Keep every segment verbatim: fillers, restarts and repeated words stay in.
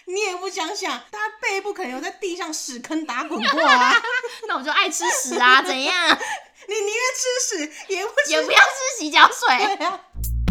你也不想想，他背不可能有在地上屎坑打滚过啊。 那我就爱吃屎啊，怎样？ 你宁愿吃屎，也不吃也不要吃洗脚水。 对啊。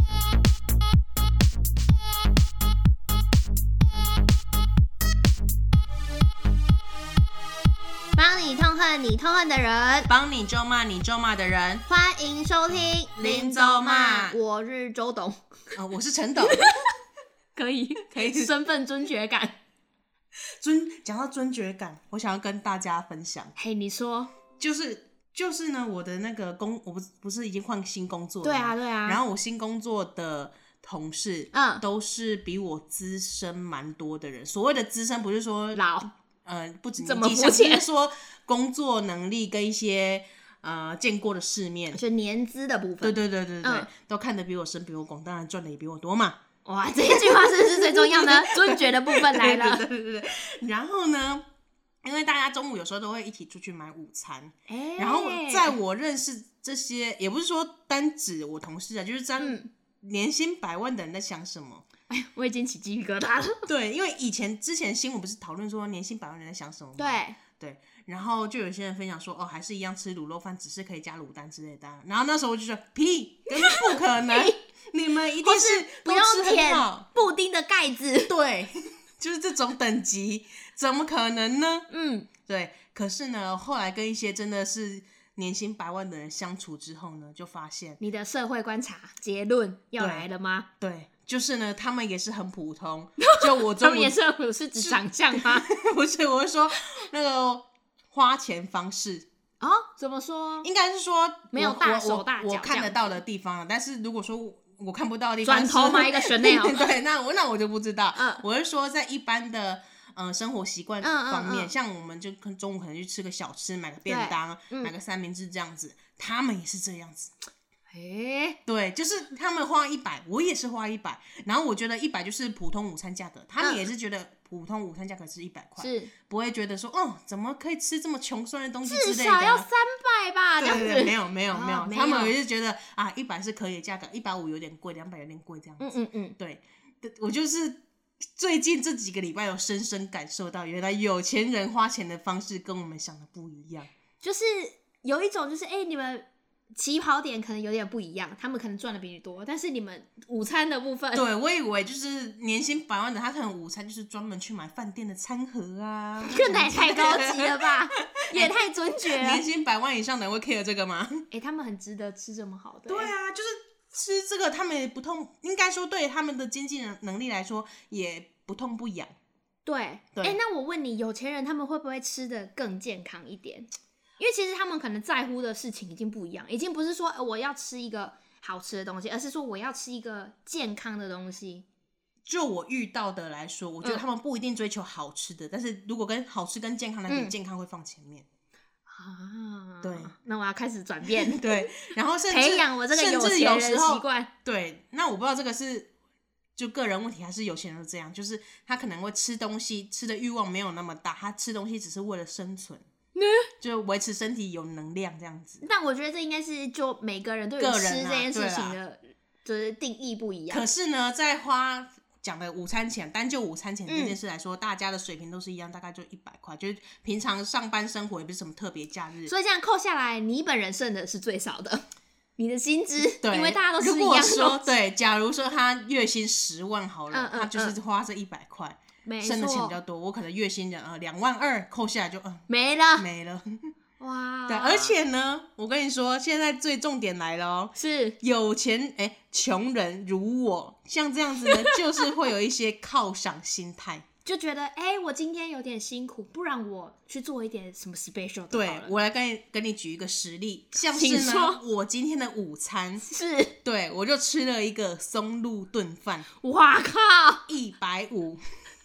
帮你痛恨你痛恨的人， 帮你咒骂你咒骂的人， 欢迎收听林咒骂。 我是周董， 呃、我是陈董。 可以可以身份尊爵感。 尊讲到尊爵感，我想要跟大家分享。 嘿、hey, 你说， 就是就是呢，我的那个工，我不是不是已经换新工作了吗？ 对啊对啊。 然后我新工作的同事，嗯，都是比我资深蛮多的人。所谓的资深，不是说老， 呃，不止怎么年纪上， 肤浅， 就是说工作能力跟一些呃见过的世面， 就年资的部分。 对对对对对、嗯，都看得比我深比我广，当然赚的也比我多嘛。 哇，这一句话是不是最重要呢？尊爵的部分来了。 对对对对。然后呢，因为大家中午有时候都会一起出去买午餐，欸、然后在我认识这些，也不是说单指我同事啊，就是在年薪百万的人在想什么。 哎、嗯，我已经起鸡皮疙瘩了。 对，因为以前之前新闻不是讨论说年薪百万的人在想什么吗？ 对对，然后就有些人分享说，哦，还是一样吃卤肉饭，只是可以加卤蛋之类的。然后那时候我就说，屁，根本不可能。你们一定是不用舔布丁的盖子， 对，就是这种等级，怎么可能呢？嗯，对。可是呢，后来跟一些真的是年薪百万的人相处之后呢，就发现你的社会观察结论要来了吗？ 对，对，就是呢，他们也是很普通，就我他们也是很普通，是指长相吗？ 不是，我是说那个花钱方式。 哦，怎么说？ 应该是说没有大手大脚， 我, 我, 我看得到的地方，但是如果说我看不到的地方， 转头买一个 Chanel 对，那我那我就不知道。嗯，我是说在一般的呃生活习惯方面，嗯嗯嗯，像我们就中午可能去吃个小吃，买个便当，嗯，买个三明治这样子，他们也是这样子。欸、对，就是他们花一百，我也是花一百，然后我觉得一百就是普通午餐价格，他们也是觉得普通午餐价格是一百块，是不会觉得说，哦，怎么可以吃这么穷酸的东西之类的， 至少要三百吧， 对对对，没有没有、哦、没有， 没有， 他们也是觉得啊，一百是可以的价格，一百五有点贵，两百有点贵这样子，嗯嗯嗯，对，我就是最近这几个礼拜有深深感受到，原来有钱人花钱的方式跟我们想的不一样， 就是有一种就是哎、欸，你们起跑点可能有点不一样，他们可能赚的比你多，但是你们午餐的部分， 对，我以为就是年薪百万的，他可能午餐就是专门去买饭店的餐盒啊， 这也太高级了吧，也太尊爵了。 年薪百万以上的人会 care 这个吗？ 哎、欸，他们很值得吃这么好的。 对啊，就是吃这个，他们也不痛，应该说对他们的经济能力来说也不痛不痒。 对，哎、欸，那我问你，有钱人他们会不会吃得更健康一点？因为其实他们可能在乎的事情已经不一样，已经不是说、呃、我要吃一个好吃的东西，而是说我要吃一个健康的东西。 就我遇到的来说，我觉得他们不一定追求好吃的，嗯、但是如果跟好吃跟健康来比、嗯，健康会放前面。啊，对， 那我要开始转变， 对，然后甚至培养我这个有钱人习惯。 对，那我不知道这个是就个人问题还是有钱人都这样，就是他可能会吃东西吃的欲望没有那么大，他吃东西只是为了生存。就维持身体有能量这样子， 但我觉得这应该是就每个人对于吃这件事情的、啊、就是定义不一样。 可是呢，在花讲的午餐钱，单就午餐钱这件事来说、嗯，大家的水平都是一样，大概就一百块，就是平常上班生活也不是什么特别假日， 所以这样扣下来，你本人剩的是最少的，你的薪资，对，因为大家都是一样的。 如果说对，假如说他月薪十万好了，嗯嗯嗯，他就是花这一百块。剩的钱比较多，我可能月薪呃两万二，扣下来就嗯、呃、 没了没了， 哇！ 对，而且呢，我跟你说，现在最重点来了哦， 是有钱哎，穷人如我像这样子呢，就是会有一些犒赏心态， 就觉得哎，我今天有点辛苦，不然我去做一点什么 special 的。 对，我来跟你跟你举一个实例，像是呢，我今天的午餐是， 对我就吃了一个松露炖饭， 哇靠， 一百五。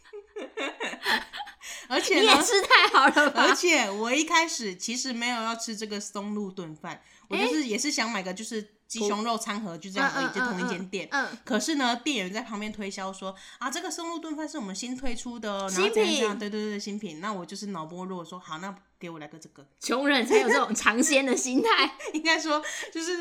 而且呢， 你也吃太好了吧？ 而且我一开始其实没有要吃这个松露炖饭，我就是也是想买个就是鸡胸肉餐盒，就这样而已，嗯嗯、就同一间店、嗯嗯。可是呢，店员在旁边推销说啊，这个松露炖饭是我们新推出的，然后新品， 对对对，新品。那我就是脑波弱，说好，那给我来个这个。 穷人才有这种尝鲜的心态， 应该说就是。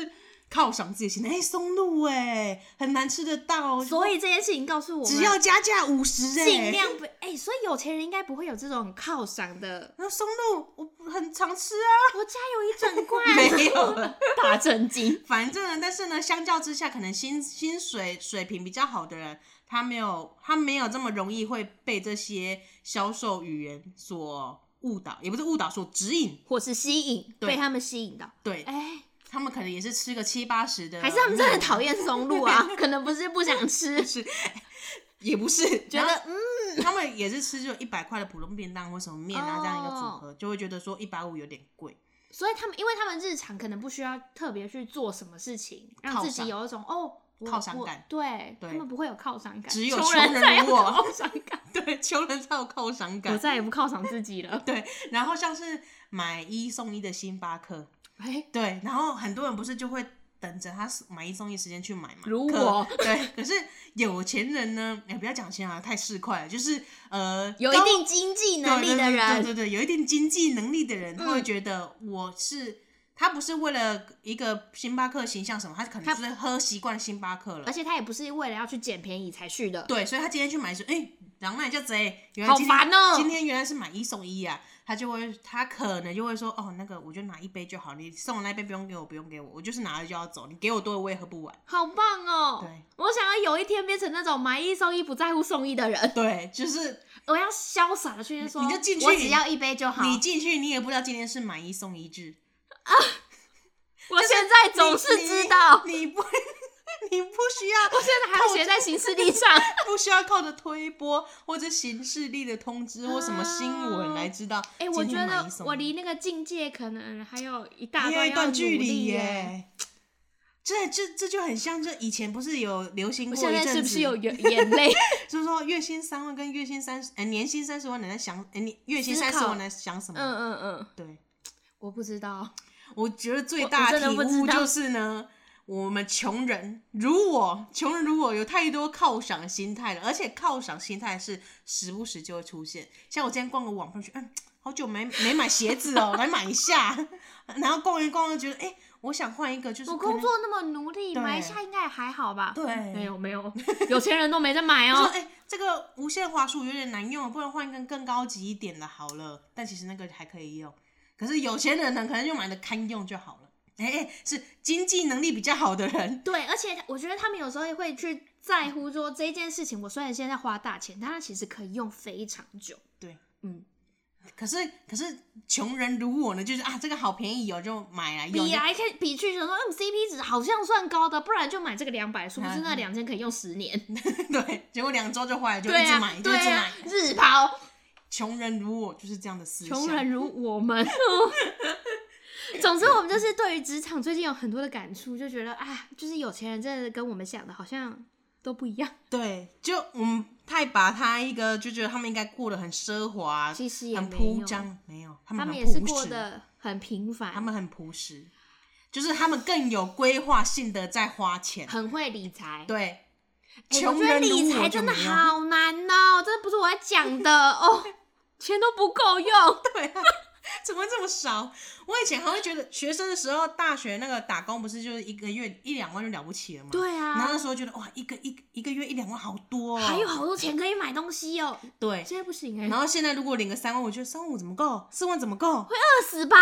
犒赏自己心态，哎，松露哎，很难吃得到， 所以这件事情告诉我们， 只要加价五十哎， 尽量不哎，所以有钱人应该不会有这种犒赏的。 那松露我很常吃啊， 我家有一整罐， 没有了， 大震惊。 反正呢，但是呢，相较之下，可能薪薪水水平比较好的人，他没有他没有这么容易会被这些销售语言所误导，也不是误导，所指引或是吸引，被他们吸引到。 对，哎。他们可能也是吃个七八十的， 还是他们真的讨厌松露啊？可能不是不想吃， 是也不是觉得嗯， 他们也是吃就一百块的普通便当或什么面啊、哦、这样一个组合，就会觉得说一百五有点贵。 所以他们，因为他们日常可能不需要特别去做什么事情，让自己有一种哦犒赏感。 对，对他们不会有犒赏感， 只有穷人才有犒赏感。 对，穷人才有犒赏感。 我再也不犒赏自己了。 对，然后像是买一送一的星巴克。欸、对，然后很多人不是就会等着他买一送一时间去买嘛？ 如我对，可是有钱人呢，哎、欸，不要讲钱啊，太市侩了，就是呃， 有一定经济能力的人， 对对 对, 对对，有一定经济能力的人，他会觉得我是、嗯、他不是为了一个星巴克形象什么，他可能就是喝习惯星巴克了， 而且他也不是为了要去捡便宜才去的， 对，所以他今天去买说，哎、欸，然后那叫贼，原来今天好烦哦， 今天原来是买一送一啊。他就会，他可能就会说，哦，那个我就拿一杯就好，你送的那杯不用给我，不用给我，我就是拿了就要走，你给我多的我也喝不完。 好棒哦！ 对， 我想要有一天变成那种买一送一不在乎送一的人。 对，就是我要潇洒的去说， 你就进去， 我只要一杯就好。 你进去，你也不知道今天是买一送一制啊！ 我现在总是知道， 你, 你不。你不需要， 我现在还要写在行事历上， 不需要靠着推播或者行事历的通知或什么新闻来知道。哎、 欸，我觉得我离那个境界可能还有一大段还有一段距离耶。这这这就很像，就以前不是有流行过一阵子， 我现在是不是有眼泪？ 就是说月薪三万跟月薪三十，哎，年薪三十万，你在想，哎，你月薪三十万在想什么？ 嗯嗯嗯， 对， 我不知道。 我觉得最大的体悟就是呢。我们穷人如我，穷人如我有太多犒赏心态了，而且犒赏心态是时不时就会出现。像我今天逛个网上去，嗯，好久没没买鞋子哦，来买一下。然后逛一逛就觉得，哎、欸，我想换一个，就是我工作那么努力，买一下应该也还好吧？ 对， 没有没有，有钱人都没在买哦。 哎、欸，这个无线滑鼠有点难用，不然换一个更高级一点的好了。但其实那个还可以用，可是有钱人呢，可能就买的堪用就好了。哎、欸，是经济能力比较好的人， 对，而且我觉得他们有时候也会去在乎说这件事情，我虽然现在花大钱，但它其实可以用非常久。 对，嗯，可是可是穷人如我呢，就是啊，这个好便宜哦，就买来用， 比来看比去，说嗯 C P 值好像算高的，不然就买这个两百，殊不知那两千可以用十年。 对，结果两周就坏了，就一直买，就一直买， 日抛。 穷人如我就是这样的思想， 穷人如我们。总之，我们就是对于职场最近有很多的感触，就觉得啊，就是有钱人真的跟我们想的好像都不一样。 对，就我们太把他一个就觉得他们应该过得很奢华， 其实也很铺张，没有，他们很朴实，他们也是过得很平凡， 他们很朴实，就是他们更有规划性的在花钱， 很会理财。 对， 欸、我觉得理财真的好难哦，这不是我在讲的哦，钱都不够用。 对啊。怎么会这么少？我以前还会觉得学生的时候，大学那个打工不是就是一个月一两万就了不起了吗？ 对啊。 然后那时候觉得哇，一个一一个月一两万好多哦， 还有好多钱可以买东西哦。 对， 现在不行哎、欸。 然后现在如果领个三万，我觉得三万五怎么够？四万怎么够？ 会饿死吧？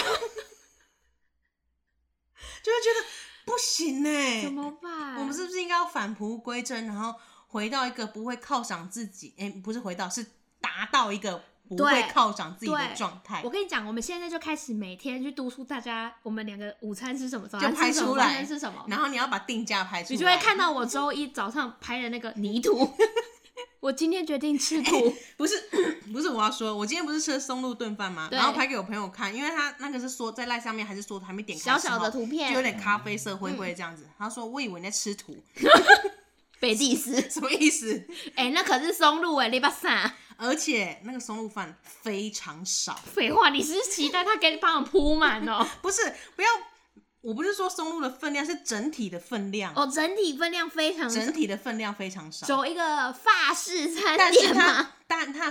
就会觉得不行哎， 怎么办？ 我们是不是应该要返璞归真，然后回到一个不会犒赏自己？哎、欸，不是回到，是达到一个。不会犒赏自己的状态。 我跟你讲，我们现在就开始每天去督促大家，我们两个午餐吃什么，早餐吃什么，晚餐吃什么， 然后你要把定价拍出来， 你就会看到我周一早上拍的那个泥土。我今天决定吃土、欸， 不是不是我要说，我今天不是吃了松露炖饭吗？然后拍给我朋友看，因为他那个是说在赖上面还是说还没点开， 小小的图片， 就有点咖啡色灰灰这样子。嗯、他说我以为你在吃土。 北地斯什么意思？ 哎、欸，那可是松露哎，你把啥？ 而且那个松露饭非常少。 废话，你是期待他给你帮我铺满哦？ 不是，不要，我不是说松露的分量，是整体的分量。 哦，整体分量非常少， 整体的分量非常少。 走一个法式餐点嘛， 但是它但它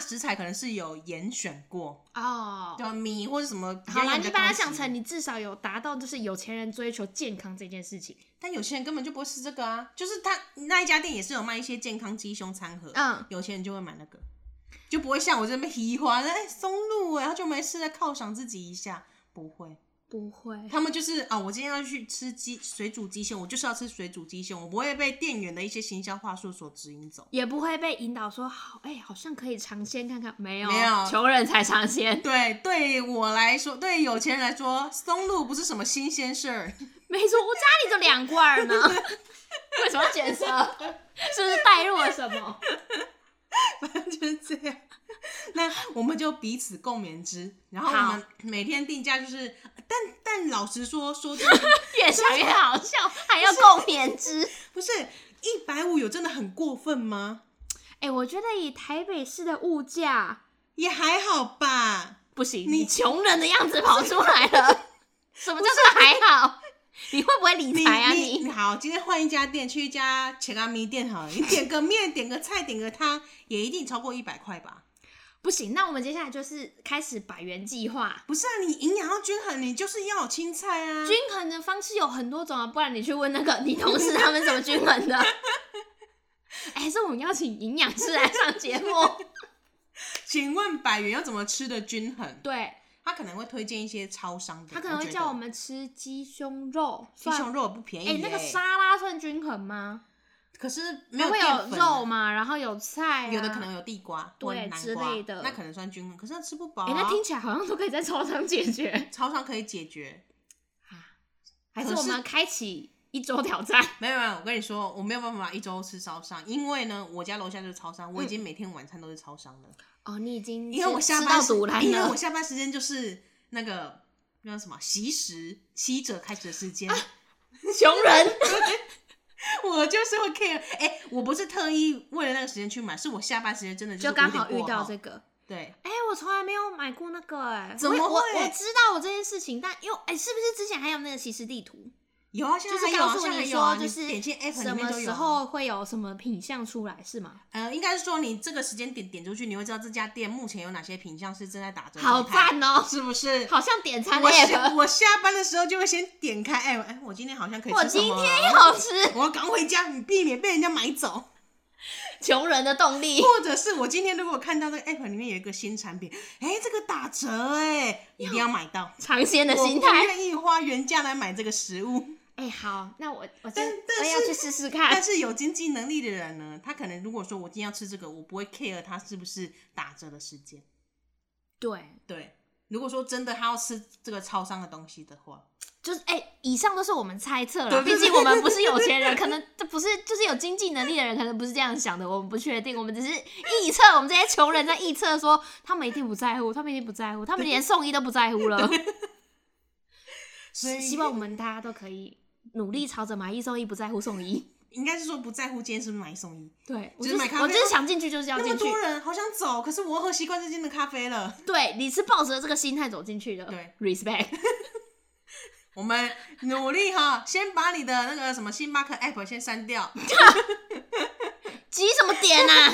食材可能是有严选过哦， 就米或者什么。 好啦，你把它想成你至少有达到就是有钱人追求健康这件事情。 但有钱人根本就不会吃这个啊，就是他那一家店也是有卖一些健康鸡胸餐盒，嗯，有钱人就会买那个，就不会像我这边喜欢哎松露哎，他就没事在犒赏自己一下，不会。 不会， 他们就是啊、哦，我今天要去吃鸡水煮鸡胸，我就是要吃水煮鸡胸，我不会被店员的一些行销话术所指引走， 也不会被引导说好，哎、欸，好像可以尝鲜看看，没有， 没有， 穷人才尝鲜。 对，对我来说，对有钱人来说，松露不是什么新鲜事儿。 没错，我家里就两块呢，为什么要卷舌？是不是带入了什么？ 反正就是这样。那我们就彼此共勉之，然后我们每天定价就是，但但老实说，说真的， 越想越好笑，还要共勉之， 不是一百五有真的很过分吗？ 哎、欸，我觉得以台北市的物价也还好吧。 不行，你穷人的样子跑出来了，什么叫做还好？你会不会理财啊你？ 你好，今天换一家店，去一家切拉米店好了，你点个面，点个菜，点个汤，也一定超过一百块吧？ 不行，那我们接下来就是开始百元计划。 不是啊，你营养要均衡，你就是要有青菜啊。 均衡的方式有很多种啊，不然你去问那个你同事他们怎么均衡的。哎、欸，是我们邀请营养师来上节目。 请问百元要怎么吃的均衡？ 对。 他可能会推荐一些超商的， 他可能会叫我们吃鸡胸肉， 鸡胸肉不便宜、欸。 哎、欸，那个沙拉算均衡吗？ 可是没有会有肉嘛，然后有菜、啊， 有的可能有地瓜、 对之类的， 那可能算均衡。可是那吃不饱、啊。 哎、欸，那听起来好像都可以在超商解决。 超商可以解决啊？还是我们开启一周挑战？ 没有没有，我跟你说，我没有办法一周吃超商，因为呢，我家楼下就是超商，我已经每天晚餐都是超商了。嗯哦，你已经因为我下班时，因为我下班时间就是那个那叫什么习食七者开始的时间， 啊、穷人， 我就是会 care。哎、欸，我不是特意为了那个时间去买，是我下班时间真的就刚好遇到这个。 对， 哎、欸，我从来没有买过那个、欸，哎， 怎么会？ 我我知道我这件事情，但因为哎、欸，是不是之前还有那个习食地图？ 有啊，现在还有、啊、 就是告诉你说， 啊、 就是点进 app 里什么面都有、啊。 时候会有什么品项出来是吗？ 呃，应该是说你这个时间点点出去，你会知道这家店目前有哪些品项是正在打折。 好赞哦， 是不是？ 好像点餐 app。我, 我下班的时候就会先点开 app， 哎，我今天好像可以吃什么？ 我今天要吃， 我要赶回家，避免被人家买走。 穷人的动力， 或者是我今天如果看到这个 app 里面有一个新产品，哎、欸，这个打折哎、欸，一定要买到， 尝鲜的心态， 我不愿意花原价来买这个食物。 哎、欸，好，那我我但我要去试试看。 但是有经济能力的人呢，他可能如果说我今天要吃这个，我不会 care 他是不是打折的时间。 对对，如果说真的他要吃这个超商的东西的话。 就是哎、欸，以上都是我们猜测了，毕竟我们不是有钱人，可能这不是就是有经济能力的人，可能不是这样想的，我们不确定，我们只是臆测，我们这些穷人在臆测说，他们一定不在乎，他们一定不在乎，他们连送医都不在乎了。所以希望我们大家都可以努力朝着买一送一，不在乎送医。 应该是说不在乎今天是不是买一送一， 对， 只是买咖啡， 我就是想进去就是要进去。 那么多人好想走，可是我喝习惯这间的咖啡了。 对，你是抱着这个心态走进去的。 对 ，respect。 我们努力哈，先把你的那个什么星巴克 app 先删掉。 急什么点啊？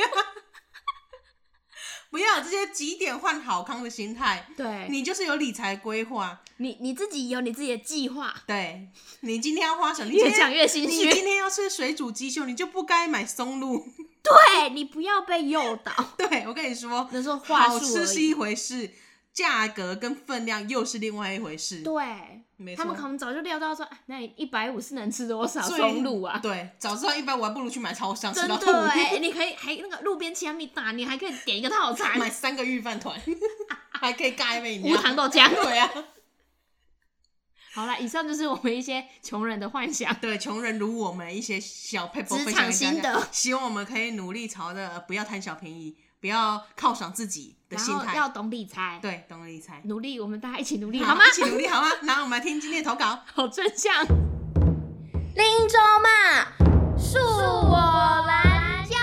不要有这些几点换好康的心态。 对， 你就是有理财规划， 你你自己有你自己的计划。 对，你今天要花什么？ 越讲越心虚。 你今天要吃水煮鸡胸，你就不该买松露。 对，你不要被诱导。 对，我跟你说， 那说话术而已， 好吃是一回事，价格跟分量又是另外一回事。 对， 没错， 他们可能早就料到说，那你一百五是能吃多少松露啊？ 对，早知道一百五还不如去买超商吃到吐。真的哎，你可以还那个路边切米打，你还可以点一个套餐， 买三个御饭团，还可以尬一杯饮料， 无糖豆浆。 对啊。 好啦，以上就是我们一些穷人的幻想。 对，穷人如我们一些小撇步职场心得， 希望我们可以努力朝着不要贪小便宜，不要犒赏自己的心态， 然后要懂理财。 对，懂理财， 努力，我们大家一起努力， 好吗？ 一起努力，好吗？然后我们来听今天的投稿， 好正向。林州嘛，恕我蓝教，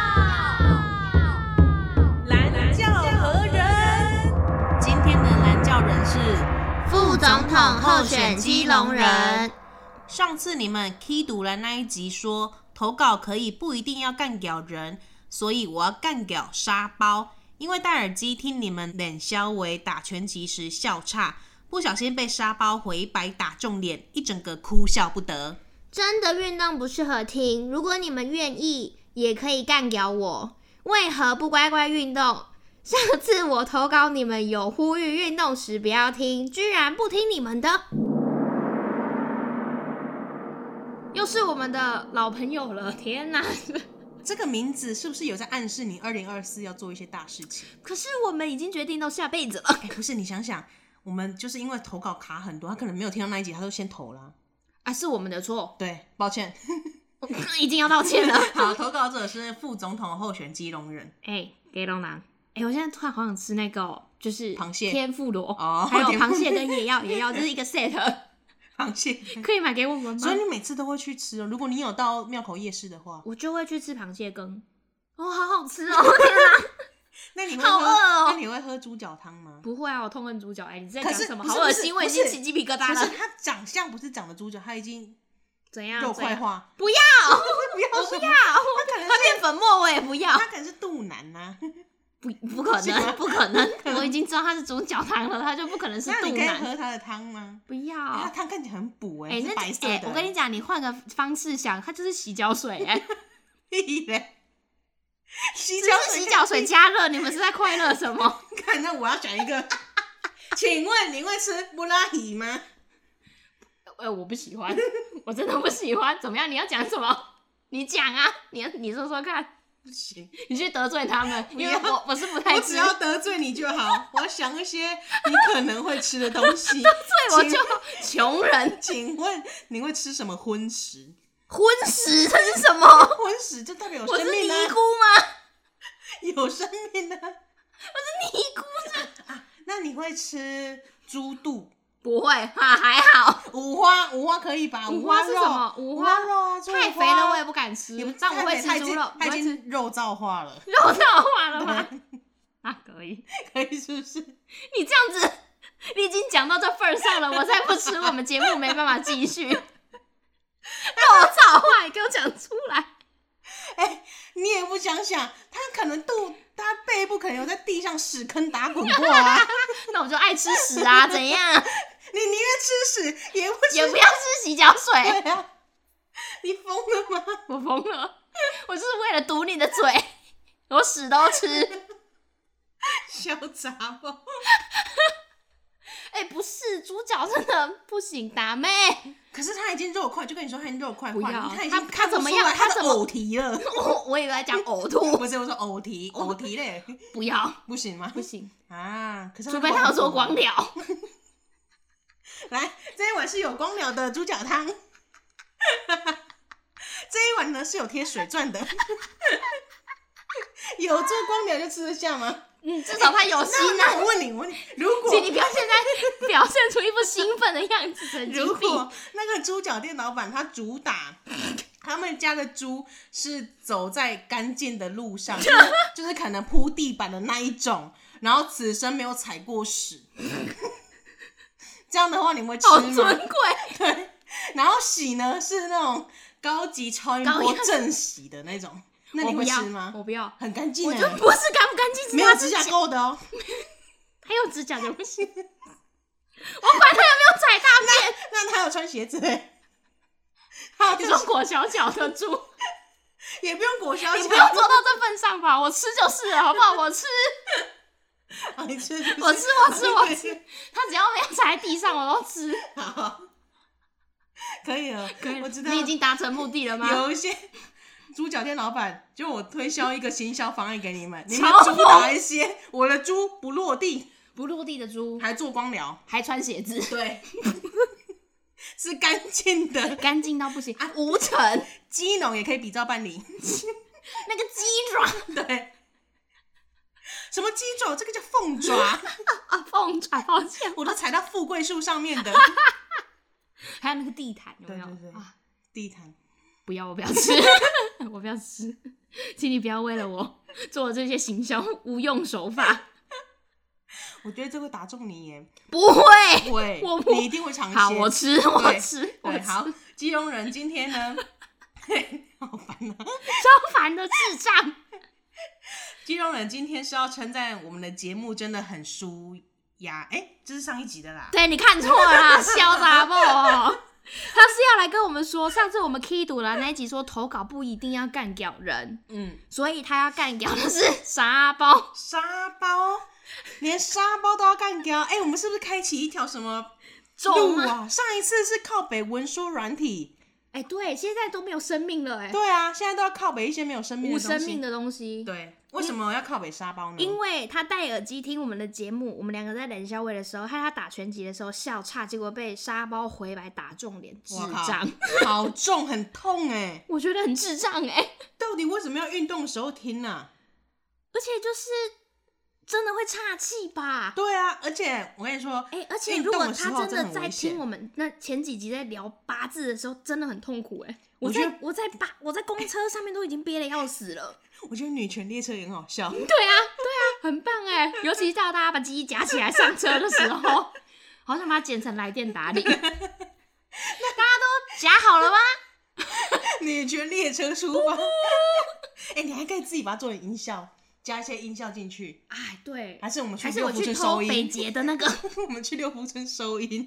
蓝教何人？今天的蓝教人是副总统候选基隆人。 上次你们 K 读了那一集说投稿可以不一定要干掉人， 所以我要干掉沙包，因为戴耳机听你们冷肖维打拳击时笑岔，不小心被沙包回白打中脸，一整个哭笑不得。 真的运动不适合听，如果你们愿意也可以干掉我，为何不乖乖运动？上次我投稿你们有呼吁运动时不要听，居然不听你们的。又是我们的老朋友了，天哪！ 这个名字是不是有在暗示你二零二四要做一些大事情？ 可是我们已经决定到下辈子了。 哎、欸，不是，你想想，我们就是因为投稿卡很多，他可能没有听到那一集，他都先投了。 啊，是我们的错。 对，抱歉， 一定要道歉了。 好，投稿者是副总统候选基隆人。 哎、欸，基隆人。哎、欸，我现在突然好想吃那个、喔，就是螃蟹、 天妇罗， 哦， 还有螃蟹跟野药，野药就是一个 set。 螃蟹可以买给我们吗？ 所以你每次都会去吃哦。如果你有到庙口夜市的话， 我就会去吃螃蟹羹。哦，好好吃哦！天哪， 那你会喝？好饿哦！那你会喝猪脚汤吗？ 不会啊，我痛恨猪脚。哎、欸，你在讲什么？好恶心，我已经起鸡皮疙瘩了。 可是他长相不是长的猪脚，他已经怎样肉块化？ 不要， 不要， 我不要，他可能会变粉末，我也不要。 他可能是肚腩呐、啊。 不，不可能，不可能！我已经知道他是猪脚汤了，他就不可能是肚腩。 那你可以喝他的汤吗？ 不要， 他汤看起来很补哎、 欸， 是白色的、欸欸。我跟你讲，你换个方式想，它就是洗脚水哎、欸。 屁嘞！洗脚水，洗脚水加热，你们是在快乐什么？ 看，那我要讲一个，请问你会吃布拉提吗？ 呃，我不喜欢，我真的不喜欢。怎么样？你要讲什么？你讲啊，你你说说看。 不行， 你去得罪他们，因为我我是不太吃。 我只要得罪你就好，我要想一些你可能会吃的东西。 得罪我就穷人。 请问你会吃什么荤食？ 荤食这是什么？ 荤食就代表有生命啊！ 我是尼姑吗？ 有生命啊！我是尼姑是啊。那你会吃猪肚？ 不会啊，还好。 五花，五花可以吧？ 五花是什么？五花肉啊， 太肥了，我也不敢吃。但我会吃猪肉， 它已经肉燥化了。 肉燥化了吗？啊，可以， 可以，是不是？ 你这样子，你已经讲到这份上了，我再不吃，我们节目没办法继续。肉燥化，你给我讲出来。 哎、欸，你也不想想，他可能肚，他背部可能有在地上屎坑打滚过啊。 那我就爱吃屎啊，怎样？ 你宁愿吃屎，也不吃也不要吃洗脚水。 对啊，你疯了吗？ 我疯了，我就是为了堵你的嘴，我屎都吃。 小杂包。 哎、欸，不是，猪脚真的不行，打妹。 可是他已经肉块，就跟你说他已经肉块化，他已经看怎么样？ 他怎么呕提了？ 我我以为在讲呕吐， 不是，我说呕提，呕提嘞。 不要， 不行吗？ 不行啊！可是除非他要做光疗。 来，这一碗是有光疗的猪脚汤。这一碗呢是有贴水钻的。有做光疗就吃得下吗？ 嗯，至少他有心啊。 那我问你，我问你，如果请你不要现在表现出一副兴奋的样子，神经病。 如果那个猪脚店老板他主打他们家的猪是走在干净的路上，就是、就是可能铺地板的那一种，然后此生没有踩过屎，这样的话你会吃吗？ 好尊贵。 对，然后洗呢是那种高级超音波正洗的那种。那你会吃吗？ 我不要， 很干净。 我就不是干不干净， 没有指甲垢的哦。 还有指甲就不行。我管他有没有踩大便。 那, 那他有穿鞋子哎。 你说裹小脚的猪， 也不用裹小脚， 你不用做到这份上吧？我吃就是了，好不好？我吃。 啊、你吃、 就是，我吃，我吃，我吃。他只要没有踩在地上，我都吃。 好，可以了， 可以了。 我知道你已经达成目的了吗？ 有一些。猪脚店老板，就我推销一个行销方案给你们，你们主打一些我的猪不落地， 不落地的猪， 还做光疗， 还穿鞋子， 对，是干净的， 干净到不行啊，无尘， 鸡农也可以比照办理， 那个鸡爪， 对，什么鸡爪？这个叫凤爪啊，凤爪，抱歉， 我都踩到富贵树上面的， 还有那个地毯，有没有？ 对对对啊，地毯。 不要，我不要吃，我不要吃，请你不要为了我做这些行销无用手法。 我觉得这会打中你耶。 不会， 会， 我不你一定会尝鲜。 好，我吃，我吃， 对，好。基隆人今天呢，好烦啊， 超烦的智障。 基隆人今天是要称赞我们的节目真的很舒压，哎、欸，这是上一集的啦。 对，你看错了啦，小杂货。他是要来跟我们说，上次我们 K 赌了那一集说投稿不一定要干掉人，嗯，所以他要干掉的是沙包， 沙包，连沙包都要干掉。哎、欸，我们是不是开启一条什么路啊？上一次是靠北文书软体。 哎、欸，对，现在都没有生命了、欸，哎， 对啊，现在都要靠北一些没有生命的东西， 无生命的东西。 对，为什么要靠北沙包呢？ 因为他戴耳机听我们的节目，我们两个在冷笑话的时候，害他打拳击的时候笑岔，结果被沙包回来打中脸，智障， 好重，很痛哎、欸， 我觉得很智障哎、欸， 到底为什么要运动的时候听啊？ 而且就是真的会岔气吧？ 对啊，而且我跟你说， 哎、欸，而且如果他真的在听我们那前几集在聊八字的时候，真的很痛苦哎、欸。我在我在八我在公车上面都已经憋得要死了。 我觉得女权列车也很好笑。对啊，对啊，很棒哎！尤其是叫大家把鸡夹起来上车的时候，好想把它剪成来电打铃。大家都夹好了吗？ 女权列车出发。哎、欸，你还可以自己把它做成音效。加一些音效进去， 哎，对， 还是我们去六福村收音？ 北捷的那个， 我们去六福村收音，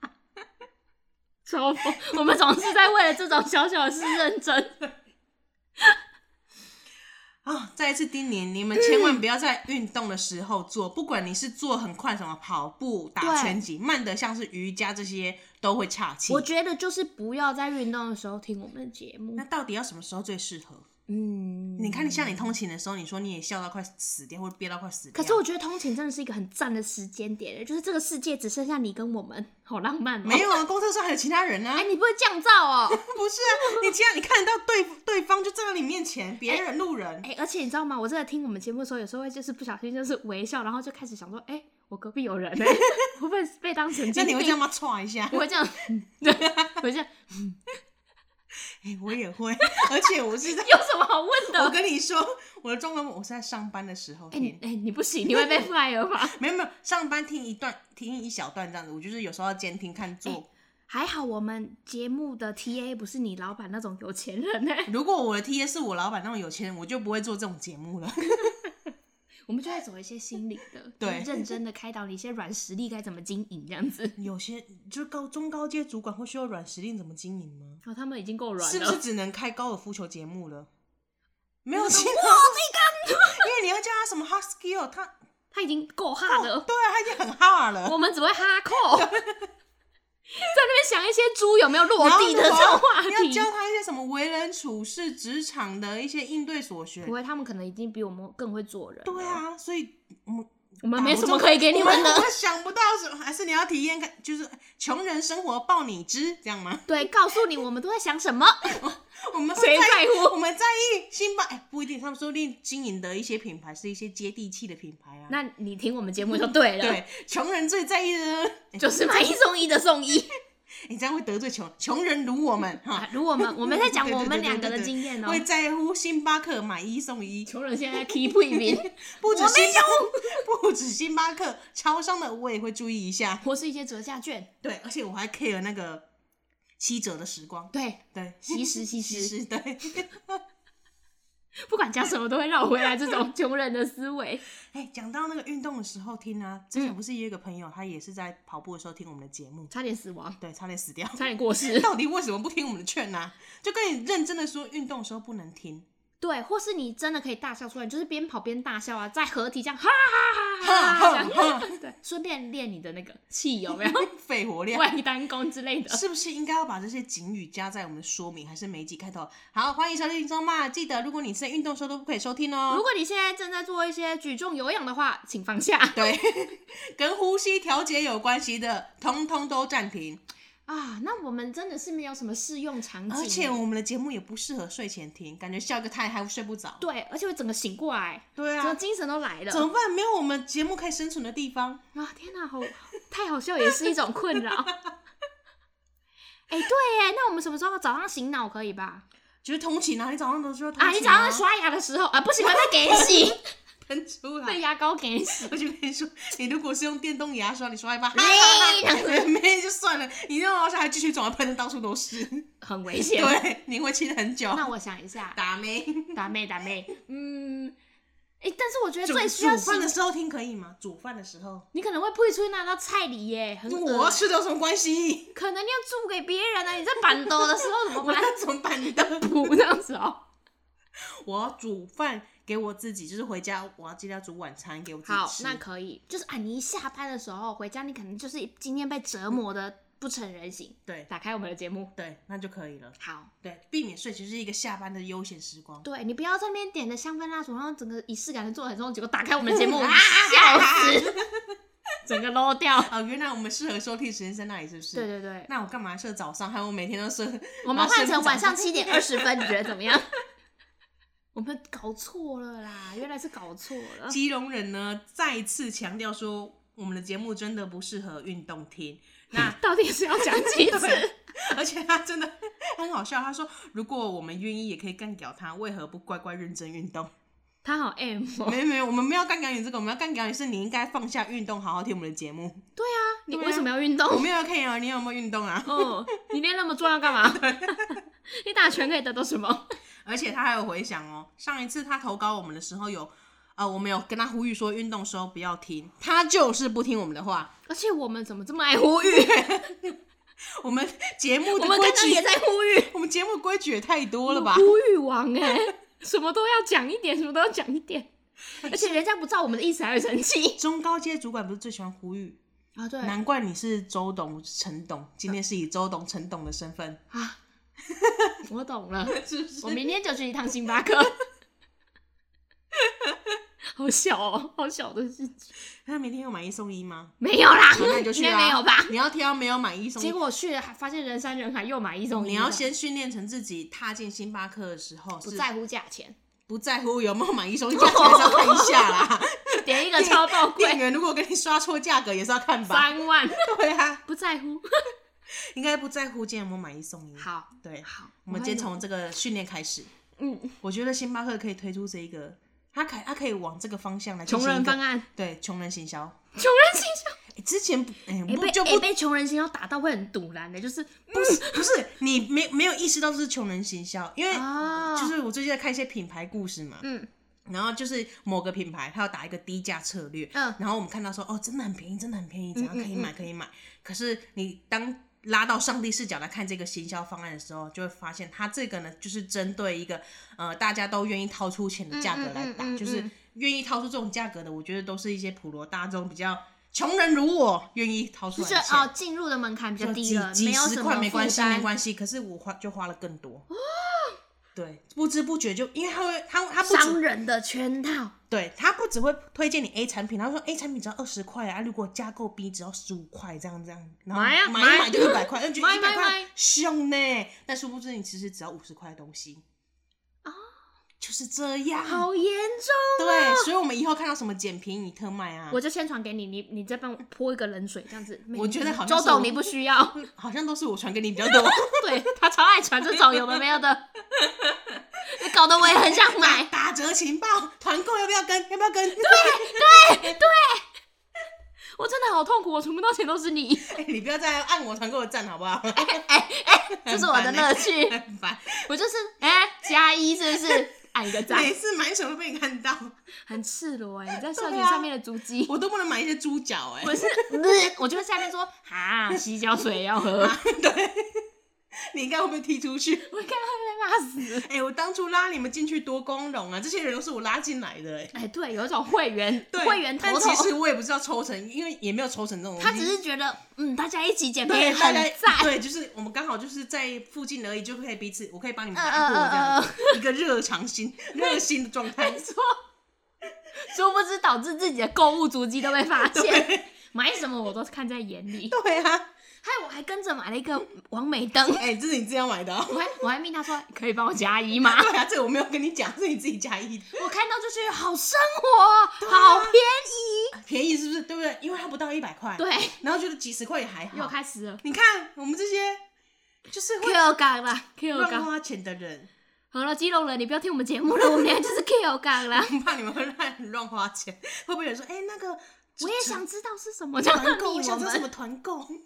超疯！我们总是在为了这种小小的事认真。 啊！再一次叮咛，你们千万不要在运动的时候做，不管你是做很快，什么跑步、打拳击，慢的像是瑜伽这些都会岔气。 我觉得就是不要在运动的时候听我们的节目。 那到底要什么时候最适合？嗯，你看，你像你通勤的时候，你说你也笑到快死掉，或者憋到快死掉。 可是我觉得通勤真的是一个很赞的时间点，就是这个世界只剩下你跟我们，好浪漫哦。 没有啊，公车上还有其他人啊。 哎、欸，你不会降噪哦？ 不是啊，你既然你看得到对对方就站在你面前，别人、欸、路人。 哎、欸，而且你知道吗？我真的听我们节目的时候，有时候会就是不小心就是微笑，然后就开始想说，哎、欸，我隔壁有人哎、欸，会不会被当成？ 那你会这样吗？唰一下？ 我会这样，对，我会这样。 哎、欸，我也会，而且我是在有什么好问的？ 我跟你说，我的状况我是在上班的时候听。 哎、欸欸，你不行，你会被 fire 吧？ 没有没有，上班听一段，听一小段这样子。我就是有时候要监听看做、欸。 还好我们节目的 T A 不是你老板那种有钱人呢、欸。 如果我的 T A 是我老板那种有钱人，我就不会做这种节目了。 我们就会走一些心理的，对，认真的开导你一些软实力该怎么经营这样子。 有些就是高中高阶主管会需要软实力怎么经营吗？ 哦，他们已经够软了， 是不是只能开高尔夫球节目了？没有其他， 因为你要叫他什么 hard skill， 他他已经够 hard 了、哦， 对啊，他已经很 hard 了。 我们只会 hardcore。在那边想一些猪有没有落地的这种话题， 你要教他一些什么为人处事、职场的一些应对所学。 不会，他们可能已经比我们更会做人。 对啊，所以我们我们没什么可以给你们的。 我们想不到什么，还是你要体验看，就是穷人生活报你知，这样吗？ 对，告诉你我们都在想什么。 我们谁在乎？ 我们在意星巴，哎，不一定，他们说不定经营的一些品牌是一些接地气的品牌啊。 那你听我们节目就对了。 对，穷人最在意的就是买一送一的送一。 你、欸、这样会得罪穷穷人如我们哈、 啊，如我们我们在讲我们两个的经验哦， 会在乎星巴克买一送一。 穷人现在 keep 一名， 不止星巴不止星巴克，超商的我也会注意一下， 或是一些折价券。 对，而且我还 care 那个七折的时光。 对对， 惜时惜时， 对。 不管讲什么都会绕回来这种穷人的思维。 哎，讲到那个运动的时候听啊，之前不是也有一个朋友、嗯，他也是在跑步的时候听我们的节目， 差点死亡， 对，差点死掉， 差点过世。 到底为什么不听我们的劝呢、啊？就跟你认真的说，运动的时候不能听。 对，或是你真的可以大笑出来，就是边跑边大笑啊，在合体这样哈哈哈哈哈哈，对，顺便练你的那个气有没有？ 肺活量、 外单功之类的， 是不是应该要把这些警语加在我们的说明，还是每一集开头？好，欢迎收听中嘛，记得如果你是在运动的时候都不可以收听哦。 如果你现在正在做一些举重有氧的话，请放下。 对，跟呼吸调节有关系的，通通都暂停。 啊，那我们真的是没有什么适用场景， 而且我们的节目也不适合睡前听，感觉笑个太嗨睡不着。 对，而且会整个醒过来， 对啊， 整个精神都来了。 怎么办？没有我们节目可以生存的地方啊！天哪，好太好笑，也是一种困扰。哎、欸，对耶，那我们什么时候早上醒脑可以吧？ 就是通勤啊，你早上都需要通勤啊。 啊，你早上刷牙的时候啊，不行，我再给洗。 喷出来， 被牙膏给洗。 我就跟你说，你如果是用电动牙刷，你刷一把， 没没就算了，你用牙刷还继续转，喷的到处都是， 很危险。 对，你会清很久。 那我想一下， 打妹， 打妹，打妹，嗯， 哎、欸，但是我觉得最需要煮饭的时候听可以吗？煮饭的时候， 你可能会配出那道菜里耶，很我要吃的有什么关系？ 可能你要煮给别人啊，你在板豆的时候怎么办？ 我要怎么板豆？ 补这样子哦。 我要煮饭给我自己，就是回家我要记得要煮晚餐给我自己吃。 好，那可以，就是啊，你一下班的时候回家，你可能就是今天被折磨的不成人形。 对， 打开我们的节目， 对，那就可以了。 好， 对，避免睡就是一个下班的悠闲时光。 对，你不要在那边点的香氛蜡烛，然后整个仪式感的做很重，结果打开我们的节目，笑死，整个 low 掉。 哦，原来我们适合收听时间在那里，是不是？ 对对对。 那我干嘛设早上？还有我每天都设， 我们换成晚上七点二十分，你觉得怎么样？我们搞错了啦，原来是搞错了。 基隆人呢再次强调说，我们的节目真的不适合运动听。那到底是要讲几次？ 而且他真的很好笑，他说如果我们愿意也可以干掉他，为何不乖乖认真运动？ 他好 M 哦。 没有没有，我们没有干掉你这个，我们要干掉你是你应该放下运动，好好听我们的节目。 对啊，你为什么要运动？ 我没有看啊，你有没有运动啊？ 哦，你练那么重要干嘛？你打拳可以得到什么？ 而且他还有回想哦，上一次他投稿我们的时候有，呃，我们有跟他呼吁说运动的时候不要听，他就是不听我们的话。 而且我们怎么这么爱呼吁？ 我们节目的规矩，我们刚刚也在呼吁， 我们节目规矩也太多了吧？ 呼吁王哎、欸，什么都要讲一点，什么都要讲一点，而且人家不照我们的意思还会生气。 中高阶主管不是最喜欢呼吁啊？对， 难怪你是周董、陈董，今天是以周董、陈董的身份啊。我懂了， 是不是？ 我明天就去一趟星巴克。好小哦，好小的事情。 他明天有买一送一吗？ 没有啦， 那你就去啦。 应该没有吧？ 你要挑没有买一送一， 结果我去了，发现人山人海，又买一送一。 你要先训练成自己踏进星巴克的时候不在乎价钱， 不在乎有没有买一送一，价钱还是要看一下啦。 点一个超爆贵， 店员如果跟你刷错价格也是要看吧。 三万， 对啊， 不在乎。 应该不在乎今天有没有买一送一。 好， 对， 好， 我们今天从这个训练开始。 嗯， 我觉得星巴克可以推出这一个，他可他可以往这个方向来穷人方案。 对，穷人行销。 穷人行销， 欸、之前哎、欸， 被就不、 欸、被穷人行销打到会很堵然的，就是不是、嗯、不是你没没有意识到这是穷人行销，因为、 哦、 就是我最近在看一些品牌故事嘛， 嗯。 然后就是某个品牌，它要打一个低价策略，嗯，然后我们看到说，哦，真的很便宜，真的很便宜，怎样可以买，可以买。可是你当拉到上帝视角来看这个行销方案的时候，就会发现，它这个呢，就是针对一个呃大家都愿意掏出钱的价格来打，嗯嗯嗯嗯、就是愿意掏出这种价格的，我觉得都是一些普罗大众比较穷人如我愿意掏出来的钱。 就是哦，进入的门槛比较低了， 几十块没关系，没关系， 可是我花就花了更多。哦对，不知不觉就因为他会，他他不商人的圈套。对， 他不只会推荐你 A 产品，他说 A 产品只要二十块啊，如果加购 B 只要十五块，这样这样，然后买啊买一买就一百块，那觉得一百块块凶呢，但殊不知你其实只要五十块的东西。哦，就是这样， 好严重、 啊。对，所以我们以后看到什么捡便宜特卖啊， 我就先传给你，你你再帮我泼一个冷水，这样子。 我觉得好像周董你不需要， 好像都是我传给你比较多。 对，他超爱传这种有的没有的。搞得我也很想买， 打折情报，团购要不要跟？要不要跟？ 对对对，我真的好痛苦，我存不到钱都是你。 哎、欸，你不要再按我团购的赞好不好？ 哎哎哎，这是我的乐趣。 很烦， 我就是哎加一是不是？按一个赞。 每次买什么被你看到， 很赤裸哎、欸，你在社群上面的足迹、啊， 我都不能买一些猪脚哎、欸。 不是，我就在下面说哈，洗脚水要喝。 啊、对。你应该会被踢出去， 我应该会被骂死。 哎、欸，我当初拉你们进去多光荣啊！这些人都是我拉进来的、欸， 哎、欸，对，有一种会员，会员头头。 但其实我也不知道抽成，因为也没有抽成这种东西。 他只是觉得，嗯，大家一起减肥很赞。 对，就是我们刚好就是在附近而已，就可以彼此，我可以帮你们拿货这样子，呃、一个热肠心、热心的状态。 没错，殊不知导致自己的购物足迹都被发现，买什么我都看在眼里。 对啊。 害我还跟着买了一个网美灯， 哎、欸，这是你自己要买的、哦。 我还我还命他说可以帮我加一吗？ 对啊，这个我没有跟你讲，是你自己加一的。 我看到就觉得好生活，啊、好便宜， 便宜是不是？对不对？因为它不到一百块。 对， 然后觉得几十块也还好。 又开始了， 你看我们这些就是会 Q 港啦 ，Q 港乱花钱的人。 好了，基隆人，你不要听我们节目了，我们俩就是 Q 港啦。 我怕你们会乱乱花钱，会不会有人说，哎、欸，那个我也想知道是什么团购， 我想知道什么团购。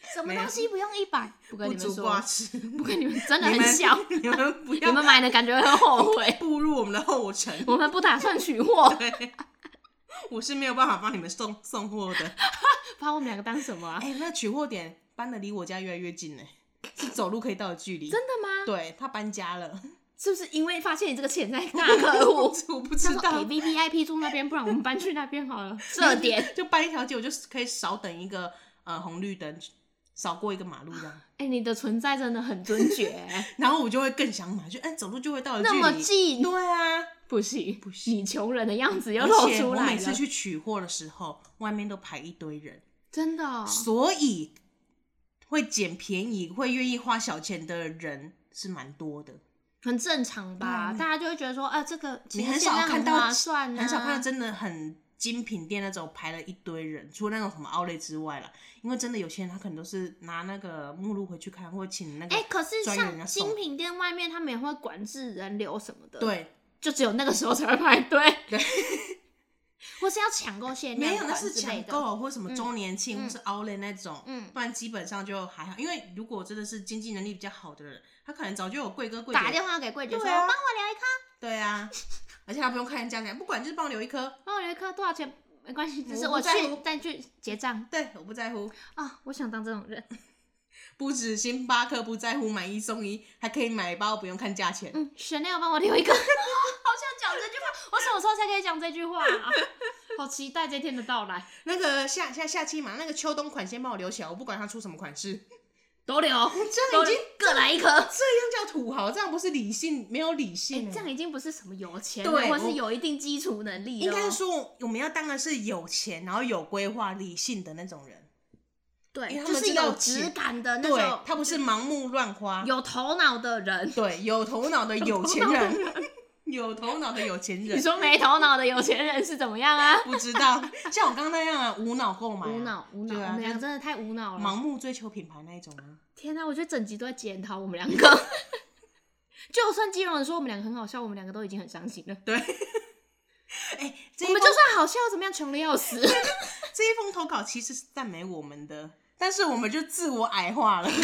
什么东西不用一百？不跟你们说， 不煮瓜吃， 不跟你们真的很小， 你们不要， 你们买的感觉很后悔， 步入我们的后尘。 我们不打算取货， 对，我是没有办法帮你们送送货的。 把我们两个当什么啊？ 哎、欸，那取货点搬的离我家越来越近嘞，是走路可以到的距离。 真的吗？ 对，他搬家了。 是不是因为发现你这个潜在大客户？ 我不知道。 给 V V I P 住那边，不然我们搬去那边好了。设点就搬一条街，我就可以少等一个呃红绿灯，少过一个马路这样。 哎、欸，你的存在真的很尊爵。 然后我就会更想买，就哎、欸、走路就会到的距离。 那么近。 对啊， 不行不行， 你穷人的样子又露出来了。 我每次去取货的时候，外面都排一堆人。 真的、哦。 所以会捡便宜、会愿意花小钱的人是蛮多的。 很正常吧，大家就会觉得说，啊，这个你很少看到， 划算啊， 很少看到真的很精品店那种排了一堆人，除了那种什么outlet之外啦，因为真的有些人他可能都是拿那个目录回去看，或者请那个哎、欸，可是像精品店外面他们也会管制人流什么的， 对， 就只有那个时候才会排队， 对。 或是要抢购限量， 没有，那是抢购或什么周年庆、嗯、或是 outlet 那种、 嗯， 不然基本上就还好。因为如果真的是经济能力比较好的人，他可能早就有柜哥柜姐打电话给柜姐说，帮、 啊、 我留一颗。 对啊，而且他不用看人价钱，不管就是帮我留一颗， 帮我留一颗多少钱没关系，只是我去再去结账。 对，我不在乎啊，我想当这种人。 不止星巴克不在乎买一送一，还可以买包不用看价钱。 嗯 Chanel 帮我留一个。好想讲这句话，我什么时候才可以讲这句话啊？好期待这天的到来。 那个夏夏夏季嘛，那个秋冬款先帮我留起来，我不管它出什么款式， 都留。 这样已经各来一颗，这样叫土豪，这样不是理性，没有理性、欸欸。这样已经不是什么有钱， 对， 或是有一定基础能力。 应该说，我们要当的是有钱，然后有规划、理性的那种人。 对，就是有质感的那种。 对，他不是盲目乱花， 有头脑的人。 对，有头脑的有钱人。有头脑的有钱人， 你说没头脑的有钱人是怎么样啊？ 不知道，像我刚刚那样啊，无脑购买、啊， 无脑无脑，啊、我们俩真的太无脑了， 盲目追求品牌那一种啊！ 天哪、啊，我觉得整集都在检讨我们两个。就算基隆人说我们两个很好笑，我们两个都已经很伤心了。 对，哎、欸， 我们就算好笑，怎么样，穷的要死。 这一封投稿其实是赞美我们的，但是我们就自我矮化了。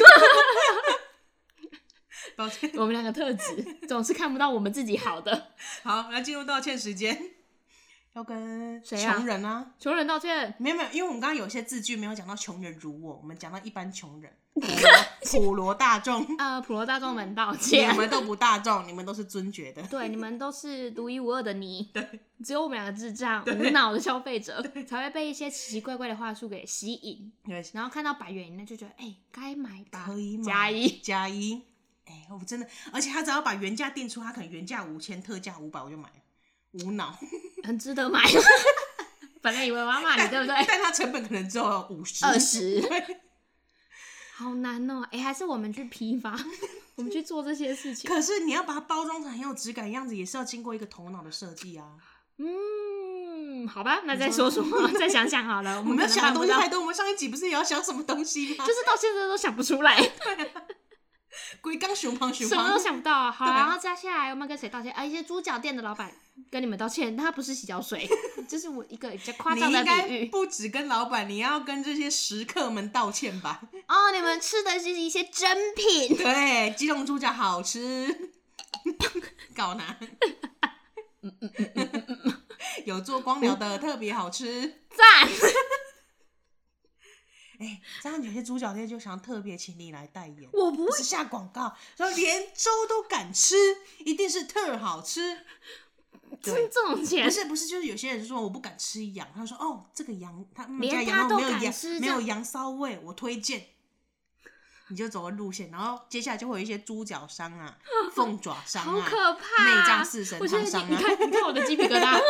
抱歉， 我们两个特质总是看不到我们自己好的。 好，来进入道歉时间，要跟穷人啊， 穷、啊、人道歉。 没有没有，因为我们刚刚有些字句没有讲到穷人如我，我们讲到一般穷人，普罗大众。 呃，普罗大众们道歉， 你们都不大众，你们都是尊爵的。 对，你们都是独一无二的你。 对， 只有我们两个智障、无脑的消费者才会被一些奇奇怪怪的话术给吸引。 对， 然后看到百元以内就觉得，哎、欸，该买吧， 可以买， 加一加一。哎、欸，我真的，而且他只要把原价定出，他可能原价五千，特价五百，我就买了，无脑， 很值得买。本来以为我要骂你，对不对？ 但他成本可能只有五十、 二十，好难哦、喔！哎、欸，还是我们去批发，我们去做这些事情。 可是你要把它包装成很有质感的样子，也是要经过一个头脑的设计啊。 嗯，好吧，那再说说，再想想好了。我们要想的东西太多，我们上一集不是也要想什么东西吗？ 就是到现在都想不出来。 对啊。龟缸熊胖熊胖， 什么都想不到啊！好，然后接下来我们跟谁道歉啊？一些猪脚店的老板跟你们道歉，他不是洗脚水，这是我一个比较夸张的比喻。 你应该不只跟老板，你要跟这些食客们道歉吧？ 哦，你们吃的是一些真品。 对，基隆猪脚好吃，搞哪？有做光疗的特别好吃， 赞。 哎、欸，这样有些猪脚店就想特别请你来代言， 我不会是下广告，说连粥都敢吃，一定是特好吃。 挣这种钱不是不是，就是有些人说我不敢吃羊，他说哦这个羊他们家连他羊肉没有都敢吃羊没有羊骚味，我推荐。你就走个路线，然后接下来就会有一些猪脚商啊、凤爪商啊、 好可怕、 内脏四神汤商啊。 你看，你看我的鸡皮疙瘩。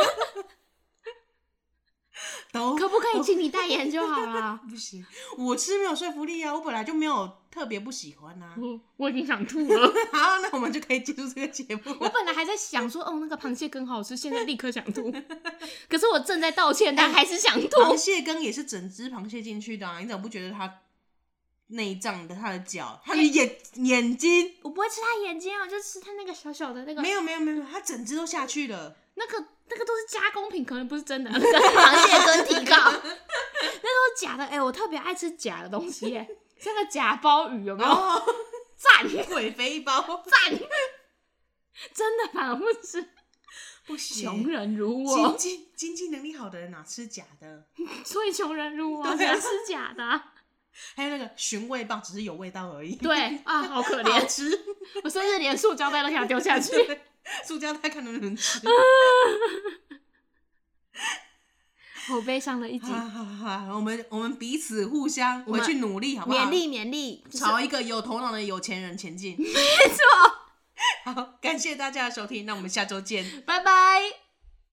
都可不可以请你代言就好了？ 不行，我吃没有说服力啊，我本来就没有特别不喜欢啊。 我我已经想吐了。 好，那我们就可以结束这个节目了。 我本来还在想说，哦，那个螃蟹羹好吃，现在立刻想吐。可是我正在道歉，但还是想吐。 螃蟹羹也是整只螃蟹进去的啊，你怎么不觉得它内脏的、它的脚、它的眼、欸、眼睛？ 我不会吃它眼睛啊，我就吃它那个小小的那个。 没有没有没有，它整只都下去了。 那个那个都是加工品，可能不是真的。那个螃蟹羹提告，那都是假的。哎、欸，我特别爱吃假的东西耶。 像个假鲍鱼有没有？哦、赞， 鬼肥包赞，真的反而不吃。 不行， 穷人如我， 经济经济能力好的人哪吃假的？ 所以穷人如我，谁、啊、吃假的、啊？ 还有那个寻味棒，只是有味道而已。 对啊，好可怜， 吃。 我甚至连塑胶袋都想丢下去。 塑胶袋看能不能吃。 好悲伤的一集。 好好好，我们我们彼此互相回去努力，好不好？ 勉励勉励， 朝一个有头脑的有钱人前进。 没错。 好，感谢大家的收听，那我们下周见， 拜拜。